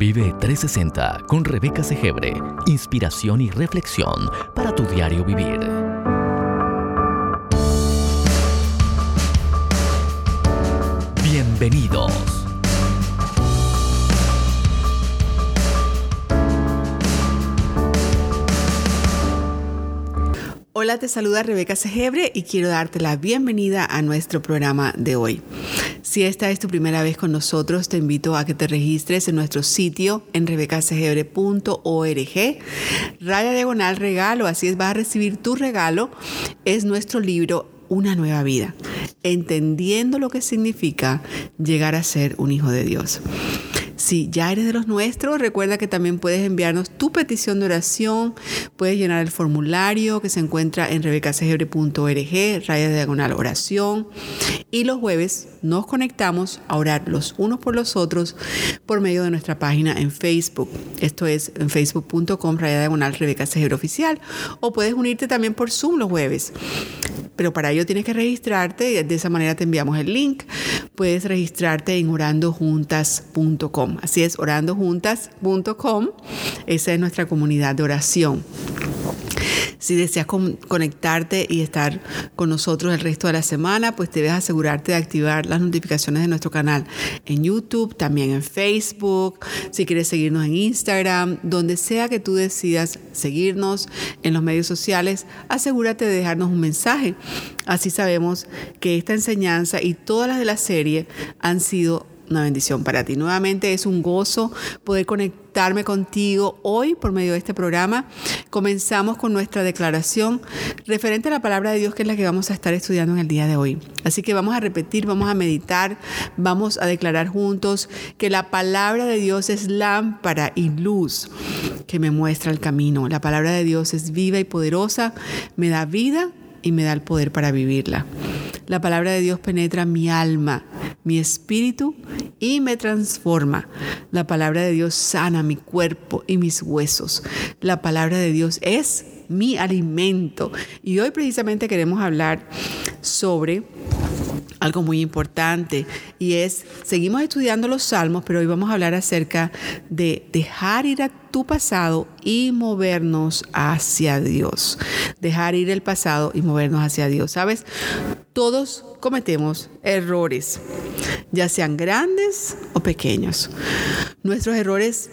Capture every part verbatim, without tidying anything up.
Vive trescientos sesenta con Rebeca Segebre. Inspiración y reflexión para tu diario vivir. Bienvenidos. Hola, te saluda Rebeca Segebre y quiero darte la bienvenida a nuestro programa de hoy. Si esta es tu primera vez con nosotros, te invito a que te registres en nuestro sitio en rebeca segebre punto org, raya diagonal regalo, así es, vas a recibir tu regalo. Es nuestro libro Una Nueva Vida, entendiendo lo que significa llegar a ser un hijo de Dios. Si ya eres de los nuestros, recuerda que también puedes enviarnos tu petición de oración, puedes llenar el formulario que se encuentra en rebeca segebre punto org, raya diagonal oración. Y los jueves nos conectamos a orar los unos por los otros por medio de nuestra página en Facebook. Esto es en facebook punto com, raya diagonal Rebeca Segebre Oficial. O puedes unirte también por Zoom los jueves. Pero para ello tienes que registrarte y de esa manera te enviamos el link. Puedes registrarte en orando juntas punto com. Así es, orando juntas punto com. Esa es nuestra comunidad de oración. Si deseas con- conectarte y estar con nosotros el resto de la semana, pues debes asegurarte de activar las notificaciones de nuestro canal en YouTube, también en Facebook. Si quieres seguirnos en Instagram, donde sea que tú decidas seguirnos en los medios sociales, asegúrate de dejarnos un mensaje. Así sabemos que esta enseñanza y todas las de la serie han sido una bendición para ti. Nuevamente es un gozo poder conectarme contigo hoy por medio de este programa. Comenzamos con nuestra declaración referente a la palabra de Dios, que es la que vamos a estar estudiando en el día de hoy. Así que vamos a repetir, vamos a meditar, vamos a declarar juntos que la palabra de Dios es lámpara y luz que me muestra el camino. La palabra de Dios es viva y poderosa, me da vida y me da el poder para vivirla. La palabra de Dios penetra mi alma, mi espíritu y me transforma. La palabra de Dios sana mi cuerpo y mis huesos. La palabra de Dios es mi alimento. Y hoy precisamente queremos hablar sobre algo muy importante, y es, seguimos estudiando los salmos, pero hoy vamos a hablar acerca de dejar ir a tu pasado y movernos hacia Dios. Dejar ir el pasado y movernos hacia Dios. ¿Sabes? Todos cometemos errores, ya sean grandes o pequeños. Nuestros errores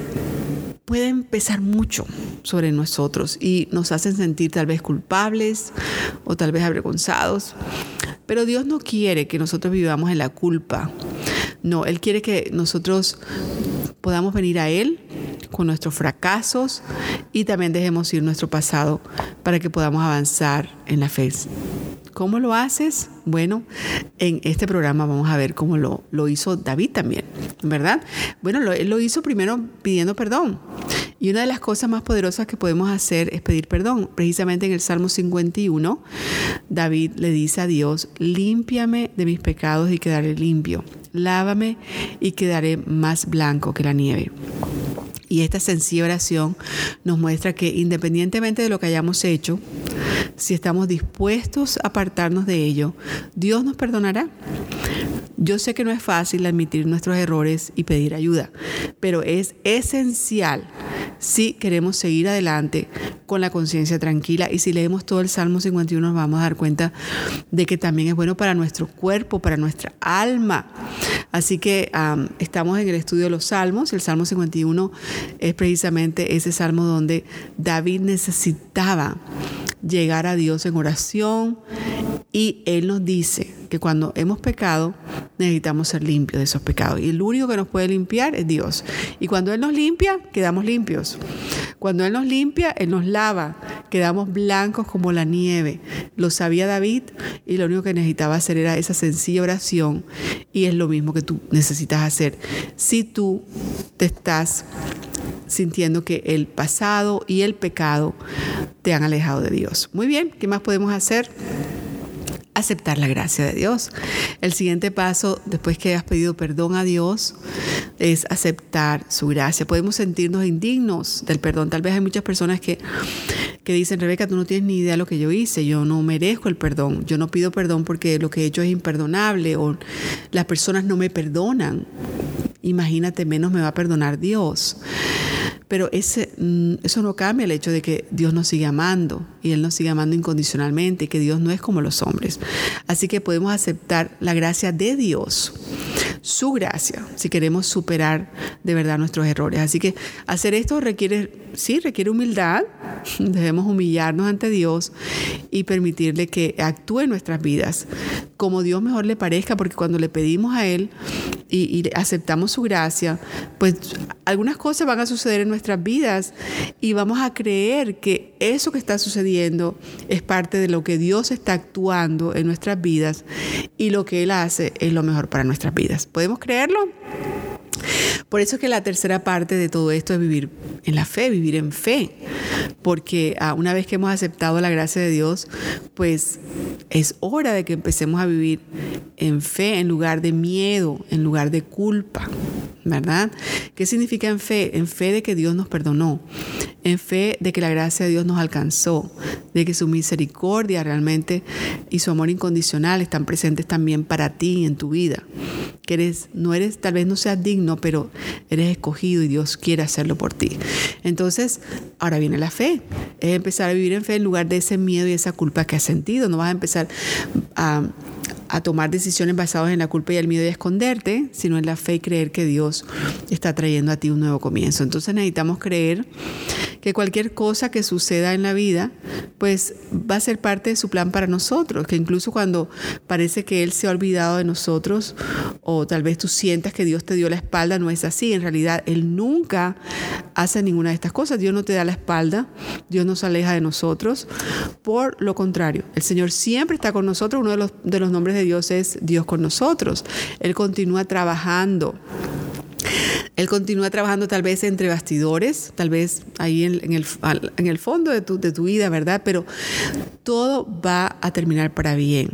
pueden pesar mucho sobre nosotros y nos hacen sentir tal vez culpables o tal vez avergonzados. Pero Dios no quiere que nosotros vivamos en la culpa. No, Él quiere que nosotros podamos venir a Él con nuestros fracasos y también dejemos ir nuestro pasado para que podamos avanzar en la fe. ¿Cómo lo haces? Bueno, en este programa vamos a ver cómo lo, lo hizo David también, ¿verdad? Bueno, lo, él lo hizo primero pidiendo perdón. Y una de las cosas más poderosas que podemos hacer es pedir perdón. Precisamente en el Salmo cincuenta y uno, David le dice a Dios: límpiame de mis pecados y quedaré limpio. Lávame y quedaré más blanco que la nieve. Y esta sencilla oración nos muestra que independientemente de lo que hayamos hecho, si estamos dispuestos a apartarnos de ello, Dios nos perdonará. Yo sé que no es fácil admitir nuestros errores y pedir ayuda, pero es esencial si queremos seguir adelante con la conciencia tranquila. Y si leemos todo el Salmo cincuenta y uno, nos vamos a dar cuenta de que también es bueno para nuestro cuerpo, para nuestra alma. Así que um, estamos en el estudio de los Salmos. El Salmo cincuenta y uno es precisamente ese salmo donde David necesitaba llegar a Dios en oración, y Él nos dice que cuando hemos pecado necesitamos ser limpios de esos pecados, y el único que nos puede limpiar es Dios. Y cuando Él nos limpia, quedamos limpios. Cuando Él nos limpia, Él nos lava, quedamos blancos como la nieve. Lo sabía David, y lo único que necesitaba hacer era esa sencilla oración, y es lo mismo que tú necesitas hacer si tú te estás sintiendo que el pasado y el pecado te han alejado de Dios. Muy bien, ¿qué más podemos hacer? Aceptar la gracia de Dios. El siguiente paso, después que hayas pedido perdón a Dios, es aceptar su gracia. Podemos sentirnos indignos del perdón. Tal vez hay muchas personas que, que dicen: Rebeca, tú no tienes ni idea de lo que yo hice, yo no merezco el perdón, yo no pido perdón porque lo que he hecho es imperdonable, o las personas no me perdonan. imagínate, menos me va a perdonar Dios. Pero ese, eso no cambia el hecho de que Dios nos sigue amando y Él nos sigue amando incondicionalmente y que Dios no es como los hombres. Así que podemos aceptar la gracia de Dios, su gracia, si queremos superar de verdad nuestros errores. Así que hacer esto requiere, sí, requiere humildad. Debemos humillarnos ante Dios y permitirle que actúe en nuestras vidas como Dios mejor le parezca, porque cuando le pedimos a Él y, y aceptamos su gracia, pues algunas cosas van a suceder en nuestras vidas y vamos a creer que eso que está sucediendo es parte de lo que Dios está actuando en nuestras vidas y lo que Él hace es lo mejor para nuestras vidas. ¿Podemos creerlo? Por eso es que la tercera parte de todo esto es vivir en la fe, vivir en fe. Porque uh, una vez que hemos aceptado la gracia de Dios, pues es hora de que empecemos a vivir en fe en lugar de miedo, en lugar de culpa, ¿verdad? ¿Qué significa en fe? En fe de que Dios nos perdonó, en fe de que la gracia de Dios nos alcanzó, de que su misericordia realmente y su amor incondicional están presentes también para ti en tu vida. Que eres, no eres, tal vez no seas digno, pero eres escogido y Dios quiere hacerlo por ti. Entonces, ahora viene la fe. Es empezar a vivir en fe en lugar de ese miedo y esa culpa que has sentido. No vas a empezar a, a tomar decisiones basadas en la culpa y el miedo y a esconderte, sino en la fe y creer que Dios está trayendo a ti un nuevo comienzo. Entonces necesitamos creer que cualquier cosa que suceda en la vida, pues va a ser parte de su plan para nosotros, que incluso cuando parece que Él se ha olvidado de nosotros, o tal vez tú sientas que Dios te dio la espalda, no es así. En realidad, Él nunca hace ninguna de estas cosas. Dios no te da la espalda, Dios no se aleja de nosotros. Por lo contrario, el Señor siempre está con nosotros. Uno de los, de los nombres de Dios es Dios con nosotros. Él continúa trabajando. Él continúa trabajando tal vez entre bastidores, tal vez ahí en, en, el, en el fondo de tu, de tu vida, ¿verdad? Pero todo va a terminar para bien.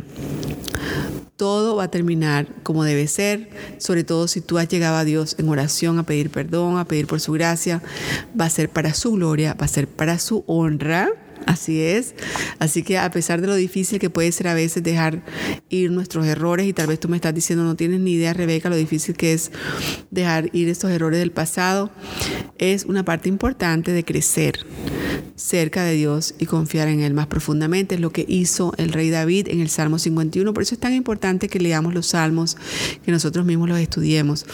Todo va a terminar como debe ser, sobre todo si tú has llegado a Dios en oración a pedir perdón, a pedir por su gracia. Va a ser para su gloria, va a ser para su honra. Así es. Así que a pesar de lo difícil que puede ser a veces dejar ir nuestros errores, y tal vez tú me estás diciendo, no tienes ni idea, Rebeca, lo difícil que es dejar ir estos errores del pasado, es una parte importante de crecer cerca de Dios y confiar en Él más profundamente. Es lo que hizo el rey David en el Salmo cincuenta y uno. Por eso es tan importante que leamos los salmos, que nosotros mismos los estudiemos.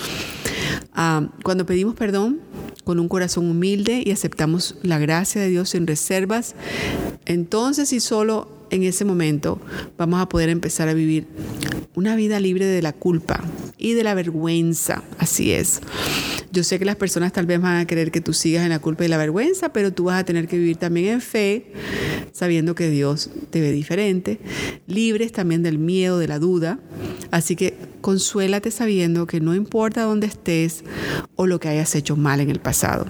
Uh, cuando pedimos perdón con un corazón humilde y aceptamos la gracia de Dios sin reservas, entonces y solo en ese momento vamos a poder empezar a vivir una vida libre de la culpa y de la vergüenza. Así es. Yo sé que las personas tal vez van a querer que tú sigas en la culpa y la vergüenza, pero tú vas a tener que vivir también en fe, sabiendo que Dios te ve diferente, libres también del miedo, de la duda. Así que consuélate sabiendo que no importa dónde estés o lo que hayas hecho mal en el pasado,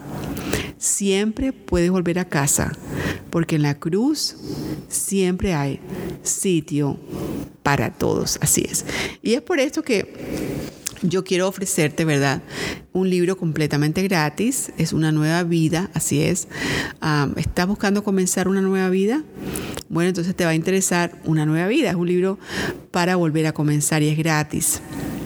siempre puedes volver a casa, porque en la cruz siempre hay sitio para todos. Así es. Y es por esto que yo quiero ofrecerte, ¿verdad?, un libro completamente gratis. Es una nueva vida, así es. Um, ¿Estás buscando comenzar una nueva vida? Bueno, entonces te va a interesar Una Nueva Vida. Es un libro para volver a comenzar y es gratis.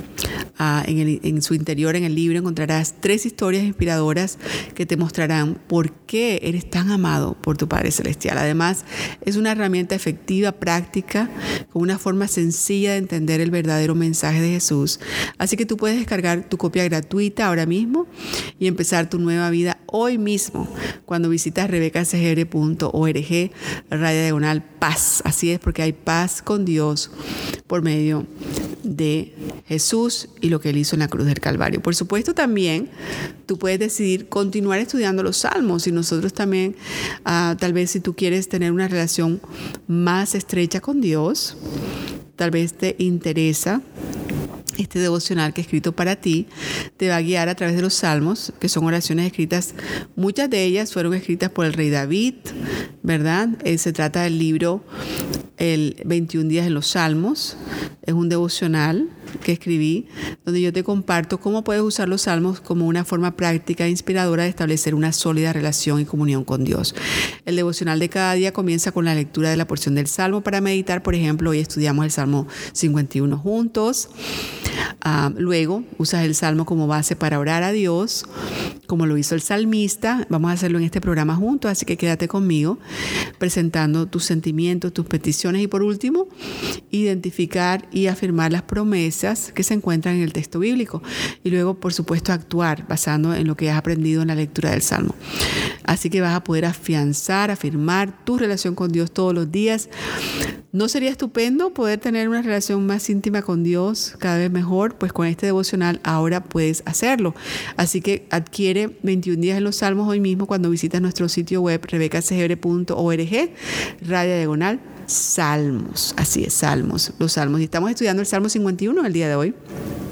Uh, en, el, en su interior, en el libro, encontrarás tres historias inspiradoras que te mostrarán por qué eres tan amado por tu Padre Celestial. Además, es una herramienta efectiva, práctica, con una forma sencilla de entender el verdadero mensaje de Jesús. Así que tú puedes descargar tu copia gratuita ahora mismo y empezar tu nueva vida hoy mismo cuando visitas rebecasegebre punto org, raya diagonal paz. Así es, porque hay paz con Dios por medio de Jesús y lo que Él hizo en la cruz del Calvario. Por supuesto, también tú puedes decidir continuar estudiando los salmos, y nosotros también, uh, tal vez si tú quieres tener una relación más estrecha con Dios, tal vez te interesa este devocional que he escrito para ti. Te va a guiar a través de los salmos, que son oraciones escritas, muchas de ellas fueron escritas por el rey David, ¿verdad? Eh, se trata del libro El veintiún días en los salmos. Es un devocional que escribí, donde yo te comparto cómo puedes usar los salmos como una forma práctica e inspiradora de establecer una sólida relación y comunión con Dios. El devocional de cada día comienza con la lectura de la porción del salmo para meditar. Por ejemplo, hoy estudiamos el Salmo cincuenta y uno juntos. Uh, luego usas el salmo como base para orar a Dios, como lo hizo el salmista. Vamos a hacerlo en este programa juntos, así que quédate conmigo, presentando tus sentimientos, tus peticiones y por último, identificar y afirmar las promesas que se encuentran en el texto bíblico y luego, por supuesto, actuar basando en lo que has aprendido en la lectura del salmo. Así que vas a poder afianzar, afirmar tu relación con Dios todos los días. ¿No sería estupendo poder tener una relación más íntima con Dios cada vez mejor? Pues con este devocional ahora puedes hacerlo. Así que adquiere veintiún días en los salmos hoy mismo cuando visitas nuestro sitio web rebeca segebre punto org, raya diagonal salmos. Así es, salmos, los salmos. Y estamos estudiando el Salmo cincuenta y uno el día de hoy.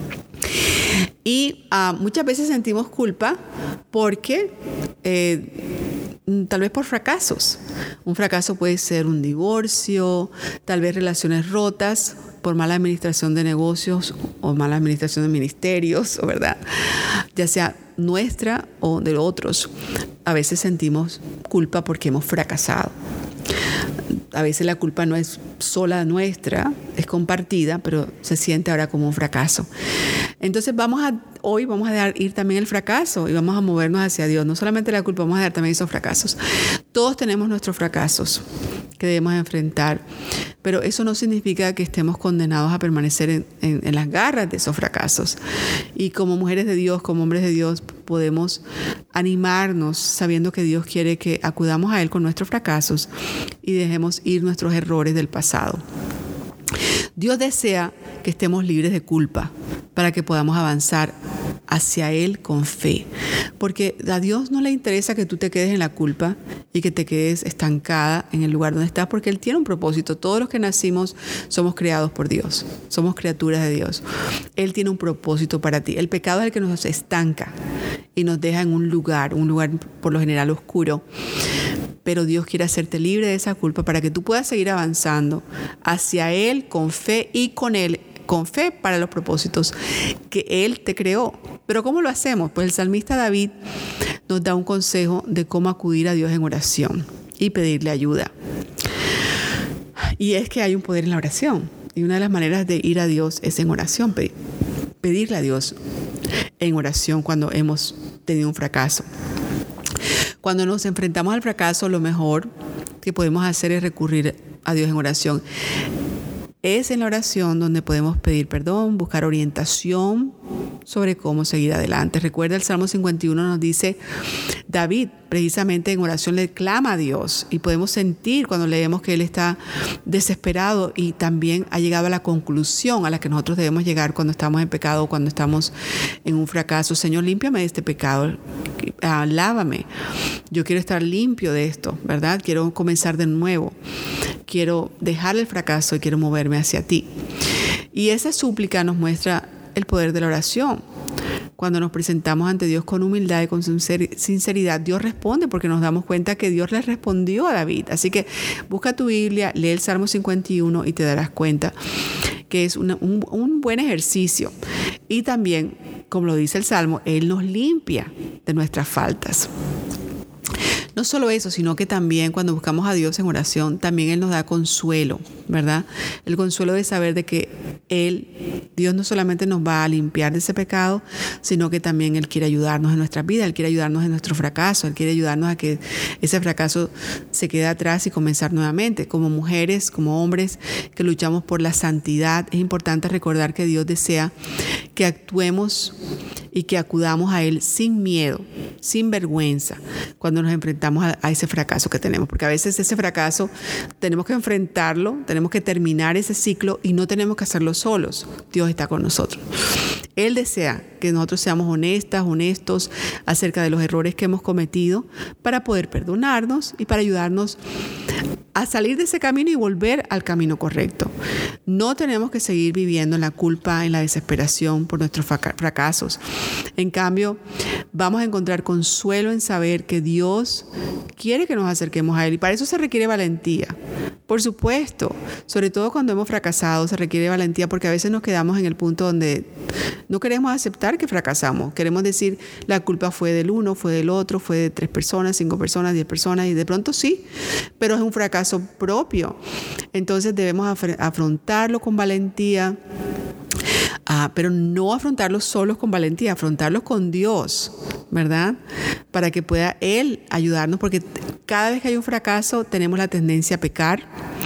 Y uh, muchas veces sentimos culpa porque eh, tal vez por fracasos. Un fracaso puede ser un divorcio, tal vez relaciones rotas por mala administración de negocios o mala administración de ministerios, ¿verdad? Ya sea nuestra o de otros. A veces sentimos culpa porque hemos fracasado. A veces la culpa no es sola nuestra, es compartida, pero se siente ahora como un fracaso. Entonces vamos a, hoy vamos a dejar ir también el fracaso y vamos a movernos hacia Dios. No solamente la culpa, vamos a dejar también esos fracasos. Todos tenemos nuestros fracasos que debemos enfrentar, pero eso no significa que estemos condenados a permanecer en, en, en las garras de esos fracasos. Y como mujeres de Dios, como hombres de Dios, podemos animarnos sabiendo que Dios quiere que acudamos a Él con nuestros fracasos y dejemos ir nuestros errores del pasado. Dios desea que estemos libres de culpa para que podamos avanzar hacia Él con fe. Porque a Dios no le interesa que tú te quedes en la culpa y que te quedes estancada en el lugar donde estás, porque Él tiene un propósito. Todos los que nacimos somos creados por Dios, somos criaturas de Dios. Él tiene un propósito para ti. El pecado es el que nos estanca y nos deja en un lugar, un lugar por lo general oscuro. Pero Dios quiere hacerte libre de esa culpa para que tú puedas seguir avanzando hacia Él con fe y con Él, con fe para los propósitos que Él te creó. ¿Pero cómo lo hacemos? Pues el salmista David nos da un consejo de cómo acudir a Dios en oración y pedirle ayuda. Y es que hay un poder en la oración. Y una de las maneras de ir a Dios es en oración, pedirle a Dios en oración cuando hemos tenido un fracaso. Cuando nos enfrentamos al fracaso, lo mejor que podemos hacer es recurrir a Dios en oración. Es en la oración donde podemos pedir perdón, buscar orientación sobre cómo seguir adelante. Recuerda, el Salmo cincuenta y uno nos dice, David precisamente en oración le clama a Dios y podemos sentir cuando leemos que él está desesperado y también ha llegado a la conclusión a la que nosotros debemos llegar cuando estamos en pecado o cuando estamos en un fracaso. Señor, límpiame de este pecado, ah, lávame. Yo quiero estar limpio de esto, ¿verdad? Quiero comenzar de nuevo. Quiero dejar el fracaso y quiero moverme hacia ti. Y esa súplica nos muestra el poder de la oración. Cuando nos presentamos ante Dios con humildad y con sinceridad, Dios responde porque nos damos cuenta que Dios le respondió a David. Así que busca tu Biblia, lee el Salmo cincuenta y uno y te darás cuenta que es una, un, un buen ejercicio. Y también, como lo dice el Salmo, Él nos limpia de nuestras faltas. No solo eso, sino que también cuando buscamos a Dios en oración, también Él nos da consuelo, ¿verdad? El consuelo de saber de que Él, Dios no solamente nos va a limpiar de ese pecado, sino que también Él quiere ayudarnos en nuestras vidas, Él quiere ayudarnos en nuestro fracaso, Él quiere ayudarnos a que ese fracaso se quede atrás y comenzar nuevamente. Como mujeres, como hombres que luchamos por la santidad, es importante recordar que Dios desea que actuemos y que acudamos a Él sin miedo, sin vergüenza, cuando nos enfrentamos a, a ese fracaso que tenemos. Porque a veces ese fracaso tenemos que enfrentarlo, tenemos que terminar ese ciclo y no tenemos que hacerlo solos. Dios está con nosotros. Él desea que nosotros seamos honestas, honestos acerca de los errores que hemos cometido para poder perdonarnos y para ayudarnos a salir de ese camino y volver al camino correcto. No tenemos que seguir viviendo en la culpa, en la desesperación por nuestros fracasos. En cambio, vamos a encontrar consuelo en saber que Dios quiere que nos acerquemos a Él y para eso se requiere valentía. Por supuesto, sobre todo cuando hemos fracasado, se requiere valentía porque a veces nos quedamos en el punto donde no queremos aceptar que fracasamos. Queremos decir, la culpa fue del uno, fue del otro, fue de tres personas, cinco personas, diez personas, y de pronto sí, pero es un fracaso propio. Entonces debemos af- afrontarlo con valentía. Ah, pero no afrontarlos solos con valentía, afrontarlos con Dios, ¿verdad? Para que pueda Él ayudarnos, porque cada vez que hay un fracaso tenemos la tendencia a pecar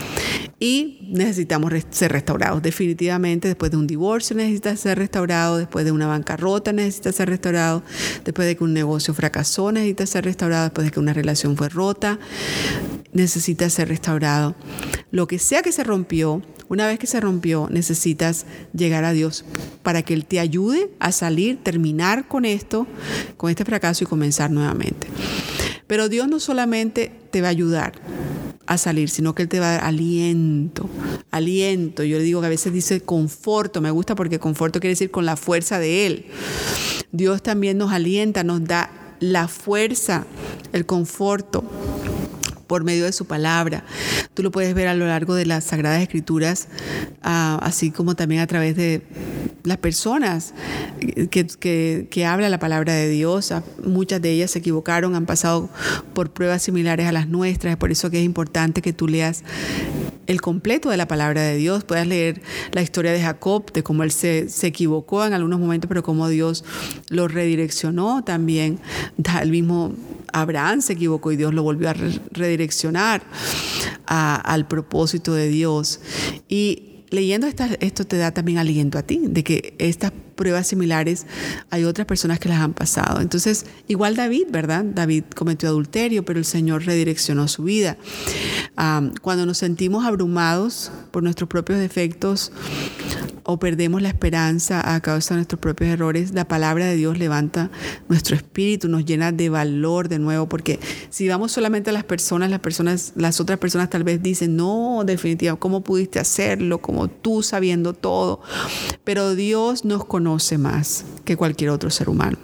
y necesitamos ser restaurados. Definitivamente, después de un divorcio necesitas ser restaurado, después de una bancarrota necesitas ser restaurado, después de que un negocio fracasó necesitas ser restaurado, después de que una relación fue rota necesitas ser restaurado. Lo que sea que se rompió, una vez que se rompió, necesitas llegar a Dios para que Él te ayude a salir, terminar con esto, con este fracaso y comenzar nuevamente. Pero Dios no solamente te va a ayudar a salir, sino que Él te va a dar aliento, aliento. Yo le digo que a veces dice conforto, me gusta porque conforto quiere decir con la fuerza de Él. Dios también nos alienta, nos da la fuerza, el conforto por medio de su palabra. Tú lo puedes ver a lo largo de las Sagradas Escrituras, uh, así como también a través de las personas que, que, que habla la palabra de Dios. Muchas de ellas se equivocaron, han pasado por pruebas similares a las nuestras. Es por eso que es importante que tú leas el completo de la palabra de Dios. Puedas leer la historia de Jacob, de cómo él se, se equivocó en algunos momentos, pero cómo Dios lo redireccionó también. El mismo Abraham se equivocó y Dios lo volvió a redireccionar a, al propósito de Dios. Y leyendo esta, esto te da también aliento a ti, de que estas pruebas similares hay otras personas que las han pasado. Entonces, igual David, ¿verdad? David cometió adulterio, pero el Señor redireccionó su vida. Um, cuando nos sentimos abrumados por nuestros propios defectos o perdemos la esperanza a causa de nuestros propios errores, la palabra de Dios levanta nuestro espíritu, nos llena de valor de nuevo, porque si vamos solamente a las personas, las personas, las otras personas tal vez dicen, no, definitivamente, ¿cómo pudiste hacerlo? Como tú sabiendo todo. Pero Dios nos conoce más que cualquier otro ser humano.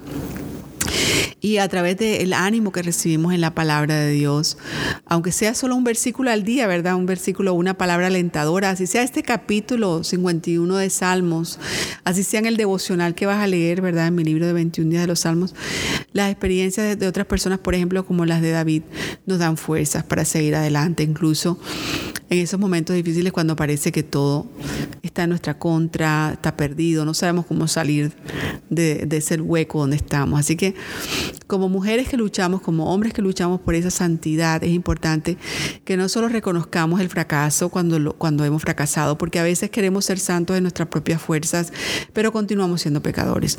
Y a través del ánimo que recibimos en la palabra de Dios, aunque sea solo un versículo al día, ¿verdad? Un versículo, una palabra alentadora, así sea este capítulo cincuenta y uno de Salmos, así sea en el devocional que vas a leer, ¿verdad? En mi libro de veintiún días de los Salmos, las experiencias de, de otras personas, por ejemplo, como las de David, nos dan fuerzas para seguir adelante, incluso en esos momentos difíciles cuando parece que todo está en nuestra contra, está perdido, no sabemos cómo salir de, de ese hueco donde estamos. Así que como mujeres que luchamos, como hombres que luchamos por esa santidad, es importante que no solo reconozcamos el fracaso cuando, lo, cuando hemos fracasado, porque a veces queremos ser santos de nuestras propias fuerzas, pero continuamos siendo pecadores.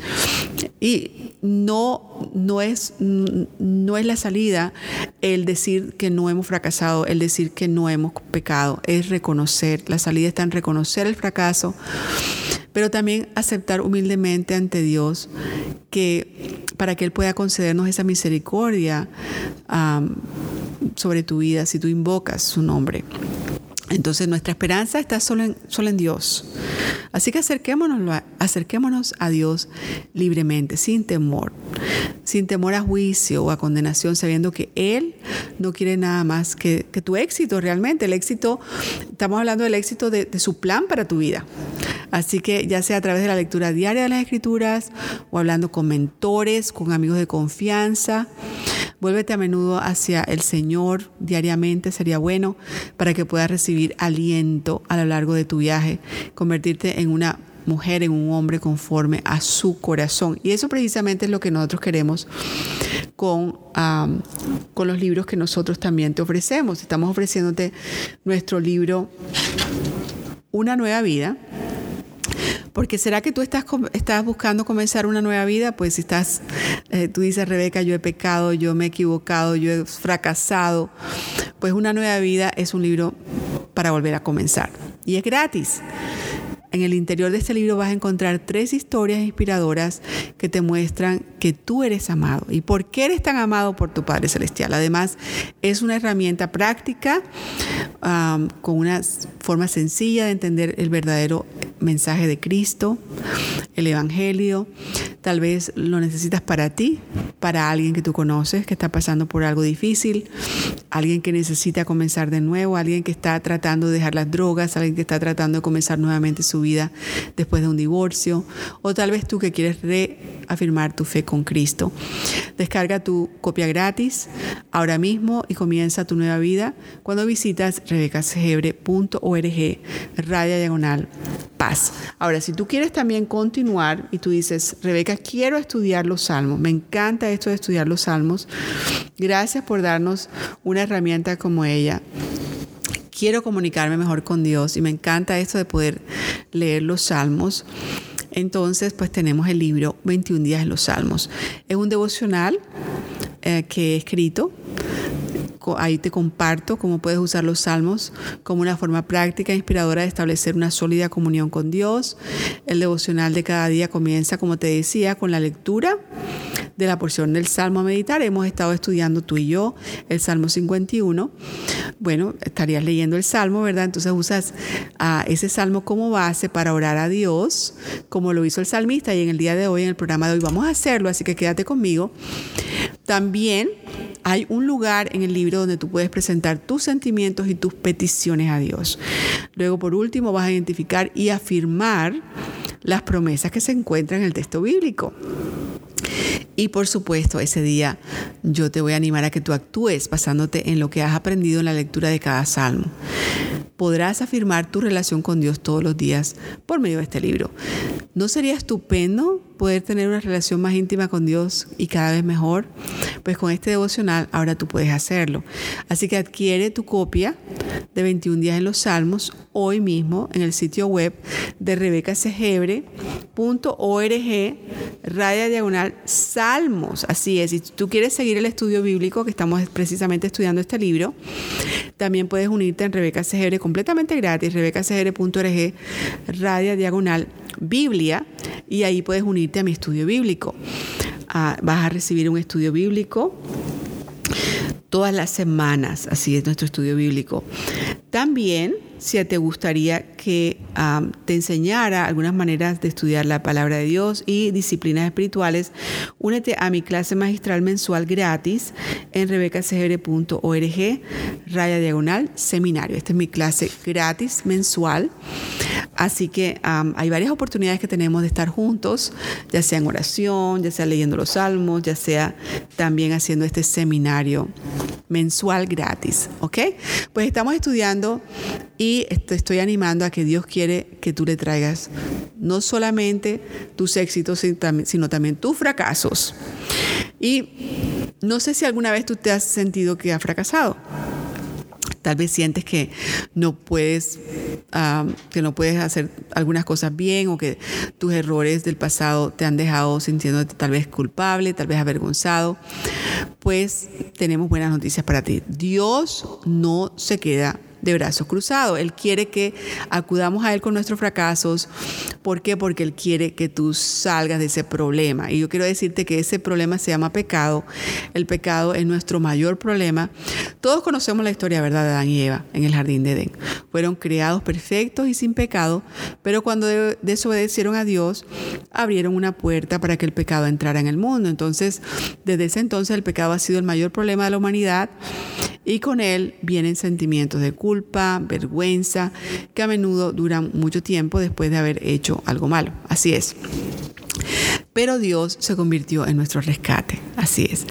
Y no, no, es, no es la salida el decir que no hemos fracasado, el decir que no hemos pecado, es reconocer. La salida está en reconocer el fracaso, pero también aceptar humildemente ante Dios que para que Él pueda concedernos esa misericordia um, sobre tu vida si tú invocas su nombre. Entonces nuestra esperanza está solo en, solo en Dios. Así que acerquémonos, acerquémonos a Dios libremente, sin temor, sin temor a juicio o a condenación, sabiendo que Él no quiere nada más que, que tu éxito realmente. El éxito, estamos hablando del éxito de, de su plan para tu vida. Así que ya sea a través de la lectura diaria de las Escrituras o hablando con mentores, con amigos de confianza, vuélvete a menudo hacia el Señor diariamente, sería bueno para que puedas recibir aliento a lo largo de tu viaje, convertirte en una mujer, en un hombre conforme a su corazón. Y eso precisamente es lo que nosotros queremos con, um, con los libros que nosotros también te ofrecemos. Estamos ofreciéndote nuestro libro Una Nueva Vida. Porque ¿será que tú estás, estás buscando comenzar una nueva vida? Pues si estás, eh, tú dices, Rebeca, yo he pecado, yo me he equivocado, yo he fracasado. Pues Una Nueva Vida es un libro para volver a comenzar. Y es gratis. En el interior de este libro vas a encontrar tres historias inspiradoras que te muestran que tú eres amado y por qué eres tan amado por tu Padre Celestial. Además, es una herramienta práctica um, con una forma sencilla de entender el verdadero mensaje de Cristo, el Evangelio. Tal vez lo necesitas para ti, para alguien que tú conoces que está pasando por algo difícil, alguien que necesita comenzar de nuevo, alguien que está tratando de dejar las drogas, alguien que está tratando de comenzar nuevamente su vida después de un divorcio, o tal vez tú que quieres reafirmar tu fe con Cristo. Descarga tu copia gratis ahora mismo y comienza tu nueva vida cuando visitas rebecasegebre punto org raya diagonal paz. Ahora, si tú quieres también continuar y tú dices, Rebeca, quiero estudiar los salmos, me encanta esto de estudiar los salmos, gracias por darnos una herramienta como ella. Quiero comunicarme mejor con Dios y me encanta esto de poder leer los salmos. Entonces, pues tenemos el libro veintiún días en los salmos. Es un devocional eh, que he escrito. Ahí te comparto cómo puedes usar los salmos como una forma práctica e inspiradora de establecer una sólida comunión con Dios. El devocional de cada día comienza, como te decía, con la lectura de la porción del Salmo a meditar. Hemos estado estudiando tú y yo el Salmo cincuenta y uno. Bueno, estarías leyendo el Salmo, ¿verdad? Entonces usas uh, ese Salmo como base para orar a Dios, como lo hizo el salmista, y en el día de hoy, en el programa de hoy, vamos a hacerlo, así que quédate conmigo. También hay un lugar en el libro donde tú puedes presentar tus sentimientos y tus peticiones a Dios. Luego, por último, vas a identificar y afirmar las promesas que se encuentran en el texto bíblico. Y por supuesto, ese día yo te voy a animar a que tú actúes basándote en lo que has aprendido en la lectura de cada salmo. Podrás afirmar tu relación con Dios todos los días por medio de este libro. ¿No sería estupendo poder tener una relación más íntima con Dios y cada vez mejor? Pues con este devocional ahora tú puedes hacerlo. Así que adquiere tu copia de veintiún días en los salmos hoy mismo en el sitio web de rebecasegebre punto org raya diagonal salmos. Así es, si tú quieres seguir el estudio bíblico que estamos precisamente estudiando este libro, también puedes unirte en Rebeca Segebre completamente gratis, rebecasegebre punto org raya diagonal Biblia, y ahí puedes unirte a mi estudio bíblico. Uh, vas a recibir un estudio bíblico todas las semanas, así es nuestro estudio bíblico. También, si te gustaría que um, te enseñara algunas maneras de estudiar la palabra de Dios y disciplinas espirituales, únete a mi clase magistral mensual gratis en rebecasegebre punto org raya diagonal seminario. Esta es mi clase gratis mensual. Así que um, hay varias oportunidades que tenemos de estar juntos, ya sea en oración, ya sea leyendo los salmos, ya sea también haciendo este seminario mensual gratis, ¿ok? Pues estamos estudiando y te estoy animando a que Dios quiere que tú le traigas no solamente tus éxitos, sino también tus fracasos. Y no sé si alguna vez tú te has sentido que has fracasado. Tal vez sientes que no puedes, um, que no puedes hacer algunas cosas bien, o que tus errores del pasado te han dejado sintiéndote tal vez culpable, tal vez avergonzado. Pues tenemos buenas noticias para ti. Dios no se queda de brazos cruzados. Él quiere que acudamos a Él con nuestros fracasos. ¿Por qué? Porque Él quiere que tú salgas de ese problema. Y yo quiero decirte que ese problema se llama pecado. El pecado es nuestro mayor problema. Todos conocemos la historia, ¿verdad?, de Adán y Eva en el jardín de Edén. Fueron creados perfectos y sin pecado, pero cuando desobedecieron a Dios, abrieron una puerta para que el pecado entrara en el mundo. Entonces, desde ese entonces el pecado ha sido el mayor problema de la humanidad, y con él vienen sentimientos de culpa, vergüenza, que a menudo duran mucho tiempo después de haber hecho algo malo. Así es. Pero Dios se convirtió en nuestro rescate. Así es.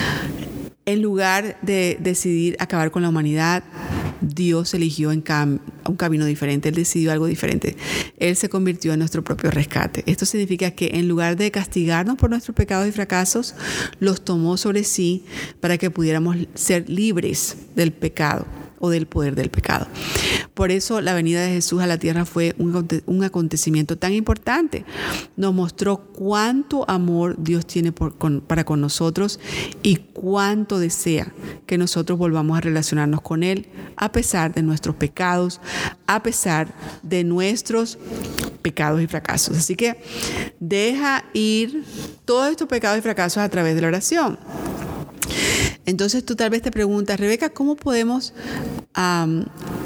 En lugar de decidir acabar con la humanidad, Dios eligió en cam- un camino diferente. Él decidió algo diferente. Él se convirtió en nuestro propio rescate. Esto significa que en lugar de castigarnos por nuestros pecados y fracasos, los tomó sobre sí para que pudiéramos ser libres del pecado o del poder del pecado. Por eso la venida de Jesús a la tierra fue un, un acontecimiento tan importante. Nos mostró cuánto amor Dios tiene por, con, para con nosotros y cuánto desea que nosotros volvamos a relacionarnos con Él a pesar de nuestros pecados, a pesar de nuestros pecados y fracasos. Así que deja ir todos estos pecados y fracasos a través de la oración. Entonces tú tal vez te preguntas, Rebeca, ¿cómo podemos um,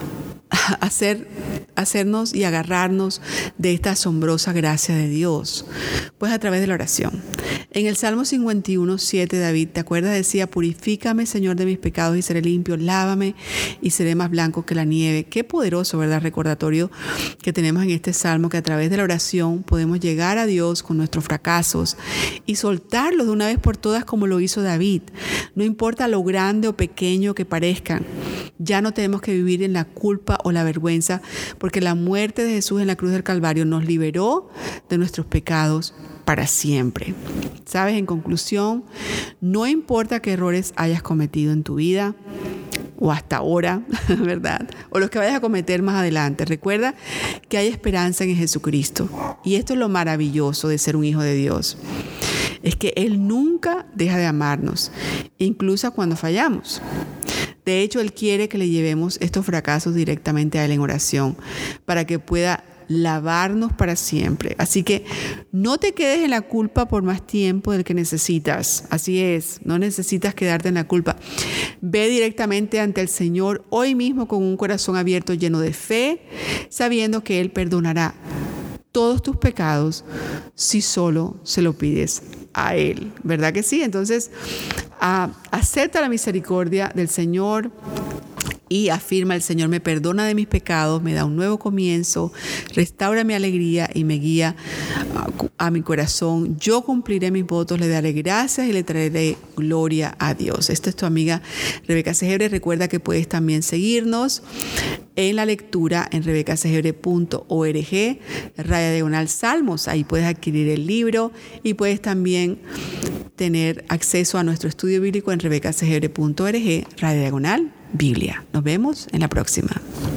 hacer, hacernos y agarrarnos de esta asombrosa gracia de Dios? Pues a través de la oración. En el Salmo cincuenta y uno, siete, David, ¿te acuerdas? Decía: purifícame, Señor, de mis pecados y seré limpio, lávame y seré más blanco que la nieve. Qué poderoso, ¿verdad? Recordatorio que tenemos en este Salmo, que a través de la oración podemos llegar a Dios con nuestros fracasos y soltarlos de una vez por todas, como lo hizo David. No importa lo grande o pequeño que parezcan, ya no tenemos que vivir en la culpa o la vergüenza, porque la muerte de Jesús en la cruz del Calvario nos liberó de nuestros pecados para siempre. ¿Sabes? En conclusión, no importa qué errores hayas cometido en tu vida o hasta ahora, ¿verdad? O los que vayas a cometer más adelante, recuerda que hay esperanza en Jesucristo. Y esto es lo maravilloso de ser un hijo de Dios. Es que Él nunca deja de amarnos, incluso cuando fallamos. De hecho, Él quiere que le llevemos estos fracasos directamente a Él en oración para que pueda lavarnos para siempre. Así que no te quedes en la culpa por más tiempo del que necesitas. Así es, no necesitas quedarte en la culpa. Ve directamente ante el Señor hoy mismo con un corazón abierto, lleno de fe, sabiendo que Él perdonará todos tus pecados si solo se lo pides a Él. ¿Verdad que sí? Entonces, uh, acepta la misericordia del Señor y afirma: el Señor me perdona de mis pecados, me da un nuevo comienzo, restaura mi alegría y me guía a, a mi corazón. Yo cumpliré mis votos, le daré gracias y le traeré gloria a Dios. Esta es tu amiga Rebeca Segebre. Recuerda que puedes también seguirnos en la lectura en rebeca segebre punto org, raya diagonal Salmos. Ahí puedes adquirir el libro y puedes también tener acceso a nuestro estudio bíblico en rebeca segebre punto org, raya diagonal Biblia. Nos vemos en la próxima.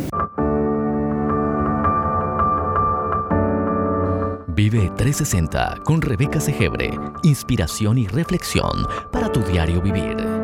Vive trescientos sesenta con Rebeca Segebre. Inspiración y reflexión para tu diario vivir.